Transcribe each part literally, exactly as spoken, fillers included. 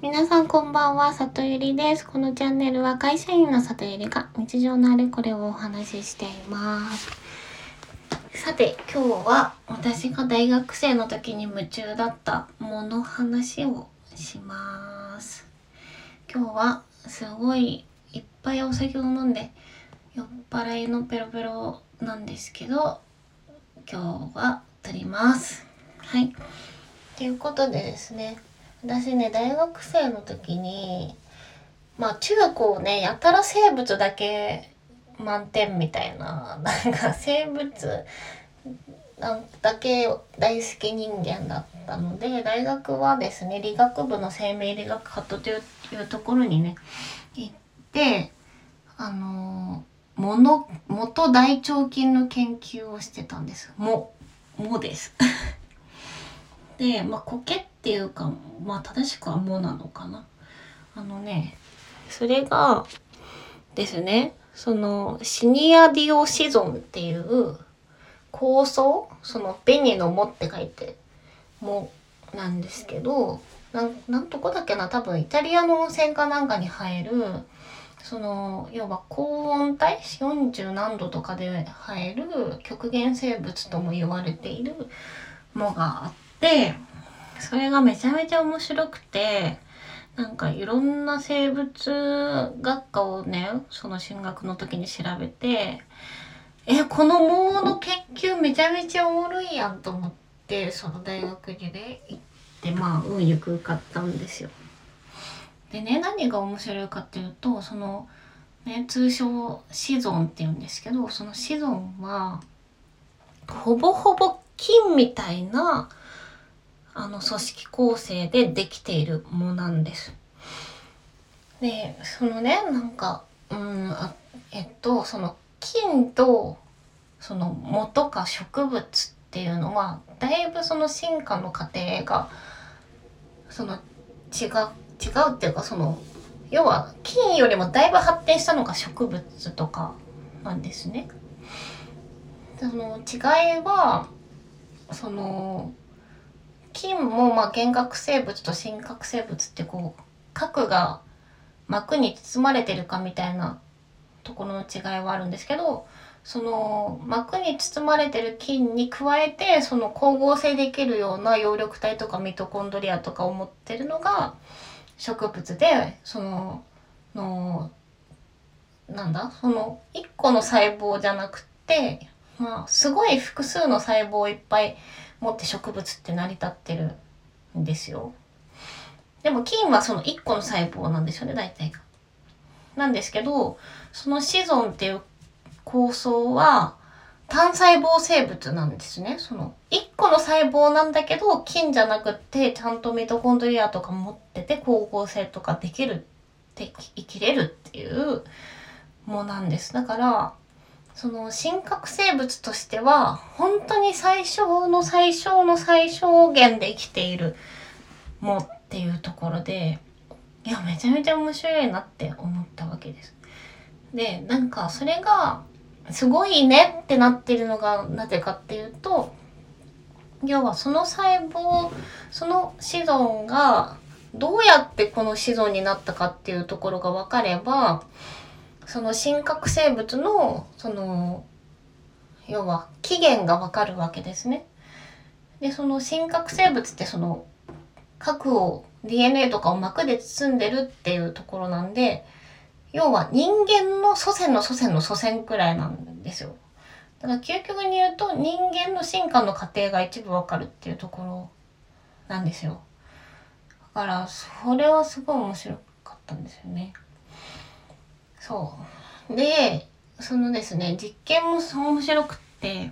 皆さんこんばんは、里ゆりです。このチャンネルは会社員の里ゆりが日常のあれこれをお話ししています。さて、今日は私が大学生の時に夢中だったもの話をします。今日はすごいいっぱいお酒を飲んで酔っ払いのペロペロなんですけど、今日は撮ります。はい。ということでですね、私ね、大学生の時に、まあ中高ね、やたら生物だけ満点みたいな、なんか生物だけ大好き人間だったので、大学はですね、理学部の生命理学科というところにね、行って、あのー、もの、元大腸菌の研究をしてたんです。も、もです。で、まあ、苔っていうか、まあ、正しくはもなのかな。あのね、それがですね、そのシニアディオシゾンっていう構想、その紅の藻って書いて藻なんですけど、なん、なんとこだっけな、多分イタリアの温泉かなんかに生える、その要は高温帯よんじゅう何度とかで生える極限生物とも言われている藻があって、それがめちゃめちゃ面白くて、なんかいろんな生物学科をね、その進学の時に調べて、え、この藻の研究めちゃめちゃおもろいやんと思って、その大学にね、行って、まあ、運よく受かったんですよ。でね、何が面白いかっていうと、その、ね、通称子孫って言うんですけど、その子孫は、ほぼほぼ菌みたいな、あの組織構成でできているものなんです。で、そのね、なんか、うん、あえっと、その菌とその藻とか植物っていうのは、だいぶその進化の過程が、その違う、違うっていうか、その、要は菌よりもだいぶ発展したのが植物とかなんですね。その違いは、その、菌もまあ原核生物と真核生物ってこう、核が膜に包まれてるかみたいなところの違いはあるんですけど、その膜に包まれてる菌に加えて、その光合成できるような葉緑体とかミトコンドリアとかを持ってるのが植物で、そののなんだそのいっこの細胞じゃなくて、まあすごい複数の細胞をいっぱい持って植物って成り立ってるんですよ。でも菌はそのいっこの細胞なんですよね、大体が。なんですけど、その子孫っていう構想は単細胞生物なんですね。そのいっこの細胞なんだけど、菌じゃなくてちゃんとミトコンドリアとか持ってて光合成とかできるって生きれるっていうものなんです。だからその真核生物としては本当に最小の最小の最小限で生きているものっていうところで、いやめちゃめちゃ面白いなって思ったわけです。で、なんかそれがすごいねってなってるのがなぜかっていうと、要はその細胞、その子孫がどうやってこの子孫になったかっていうところが分かれば、その真核生物のその要は起源が分かるわけですね。で、その真核生物ってその核を ディーエヌエー とかを膜で包んでるっていうところなんで、要は人間の祖先の祖先の祖先くらいなんですよ。だから究極に言うと人間の進化の過程が一部わかるっていうところなんですよ。だからそれはすごい面白かったんですよね。そう。で、そのですね、実験も面白くって、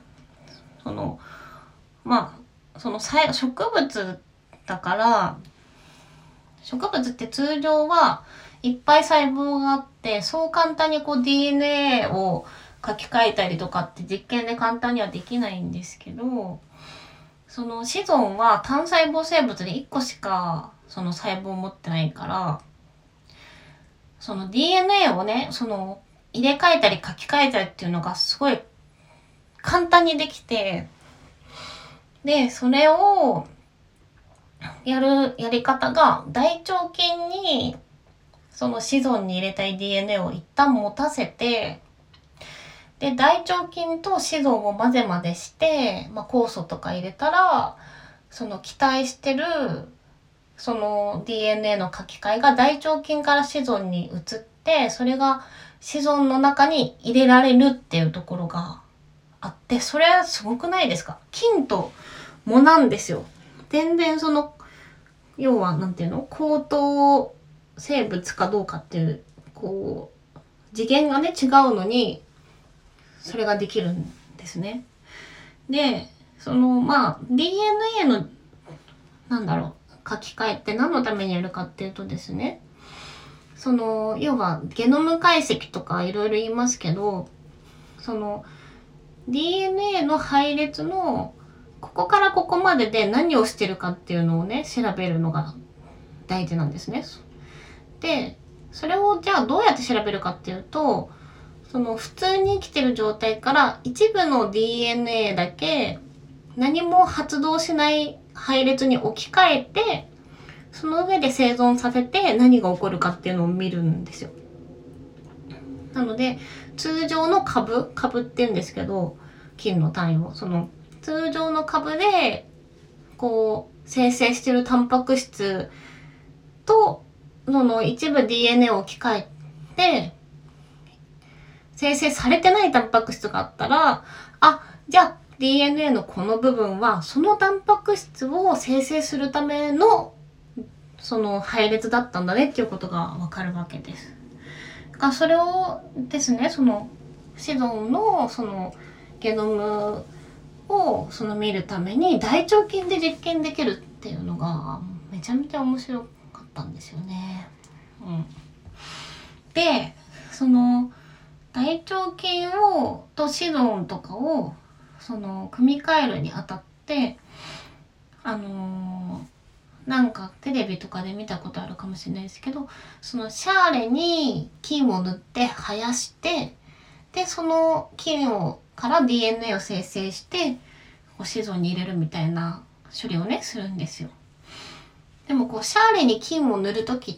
その、まあ、その植物だから、植物って通常はいっぱい細胞があって、そう簡単にこう ディーエヌエー を書き換えたりとかって実験で簡単にはできないんですけど、その子孫は単細胞生物でいっこしかその細胞を持ってないから、その ディーエヌエー をね、その入れ替えたり書き換えたりっていうのがすごい簡単にできて、で、それをやるやり方が、大腸菌にその子孫に入れたい ディーエヌエー を一旦持たせて、で大腸菌と子孫を混ぜ混ぜして、まあ、酵素とか入れたら、その期待してるその ディーエヌエー の書き換えが大腸菌から子孫に移って、それが子孫の中に入れられるっていうところがあって、それはすごくないですか？菌と藻なんですよ。全然その、要はなんていうの、高等生物かどうかっていう、こう次元がね違うのにそれができるんですね。で、そのまあ ディーエヌエー のなんだろう、書き換えって何のためにやるかっていうとですね、その要はゲノム解析とかいろいろ言いますけど、その ディーエヌエー の配列のここからここまでで何をしてるかっていうのをね調べるのが大事なんですね。で、それをじゃあどうやって調べるかっていうと、その普通に生きてる状態から一部の ディーエヌエー だけ何も発動しない配列に置き換えて、その上で生存させて何が起こるかっていうのを見るんですよ。なので通常の株株って言うんですけど、菌の単位をその通常の株でこう生成してるタンパク質とその一部 ディーエヌエー を置き換えて生成されてないタンパク質があったら、あ、じゃあ ディーエヌエー のこの部分はそのタンパク質を生成するためのその配列だったんだねっていうことがわかるわけです。がそれをですね、その子孫のそのゲノムをその見るために大腸菌で実験できるっていうのがめちゃめちゃ面白かったんですよね。うん、で、その大腸菌をと子孫とかをその組み替えるにあたって、あのーなんかテレビとかで見たことあるかもしれないですけど、そのシャーレに菌を塗って生やして、でその菌をから ディーエヌエー を生成してこう子孫に入れるみたいな処理をねするんですよ。でもこうシャーレに菌を塗るときって、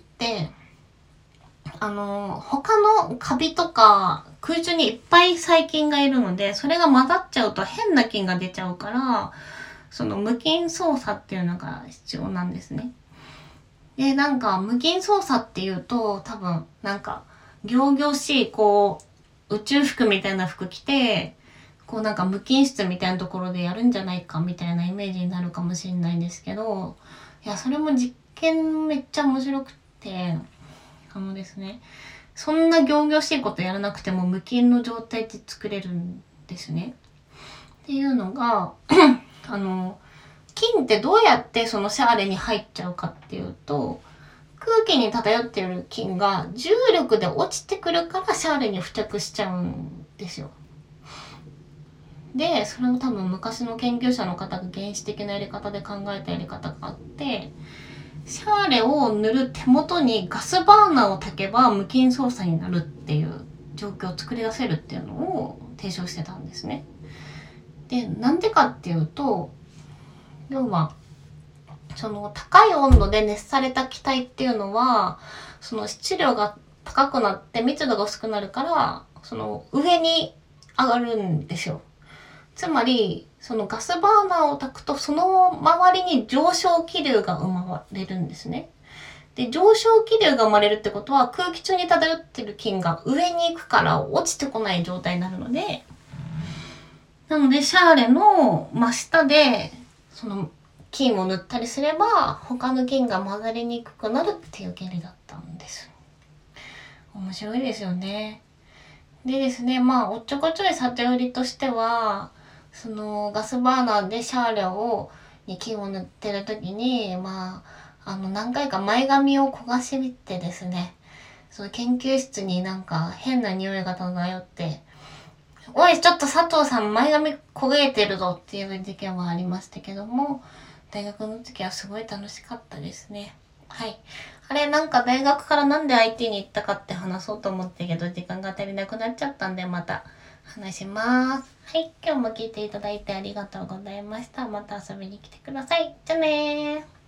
あの他のカビとか空中にいっぱい細菌がいるので、それが混ざっちゃうと変な菌が出ちゃうから、その無菌操作っていうのが必要なんですね。で、なんか無菌操作っていうと多分なんか仰々しいこう宇宙服みたいな服着て、こうなんか無菌室みたいなところでやるんじゃないかみたいなイメージになるかもしれないんですけど、いやそれも実験めっちゃ面白くて、あのですね、そんな仰々しいことやらなくても無菌の状態って作れるんですね。っていうのがあの菌ってどうやってそのシャーレに入っちゃうかっていうと、空気に漂っている菌が重力で落ちてくるからシャーレに付着しちゃうんですよ。で、それも多分昔の研究者の方が原始的なやり方で考えたやり方があって、シャーレを塗る手元にガスバーナーを焚けば無菌操作になるっていう状況を作り出せるっていうのを提唱してたんですね。で、なんでかっていうと、要はその高い温度で熱された気体っていうのは、その質量が高くなって密度が薄くなるから、その上に上がるんですよ。つまりそのガスバーナーを焚くと、その周りに上昇気流が生まれるんですね。で、上昇気流が生まれるってことは、空気中に漂ってる菌が上に行くから落ちてこない状態になるので、なのでシャーレの真下でその菌を塗ったりすれば他の菌が混ざりにくくなるっていう原理だったんです。面白いですよね。でですね、まあおっちょこちょい里寄りとしては、そのガスバーナーでシャーレをに菌を塗ってる時に、まああの何回か前髪を焦がしみてですね、その研究室になんか変な匂いが漂って、おいちょっと佐藤さん前髪焦げてるぞっていう事件はありましたけども、大学の時はすごい楽しかったですね。はい。あれ、なんか大学からなんで アイティー に行ったかって話そうと思ったけど、時間が足りなくなっちゃったんで、また話します。はい。今日も聞いていただいてありがとうございました。また遊びに来てください。じゃあねー。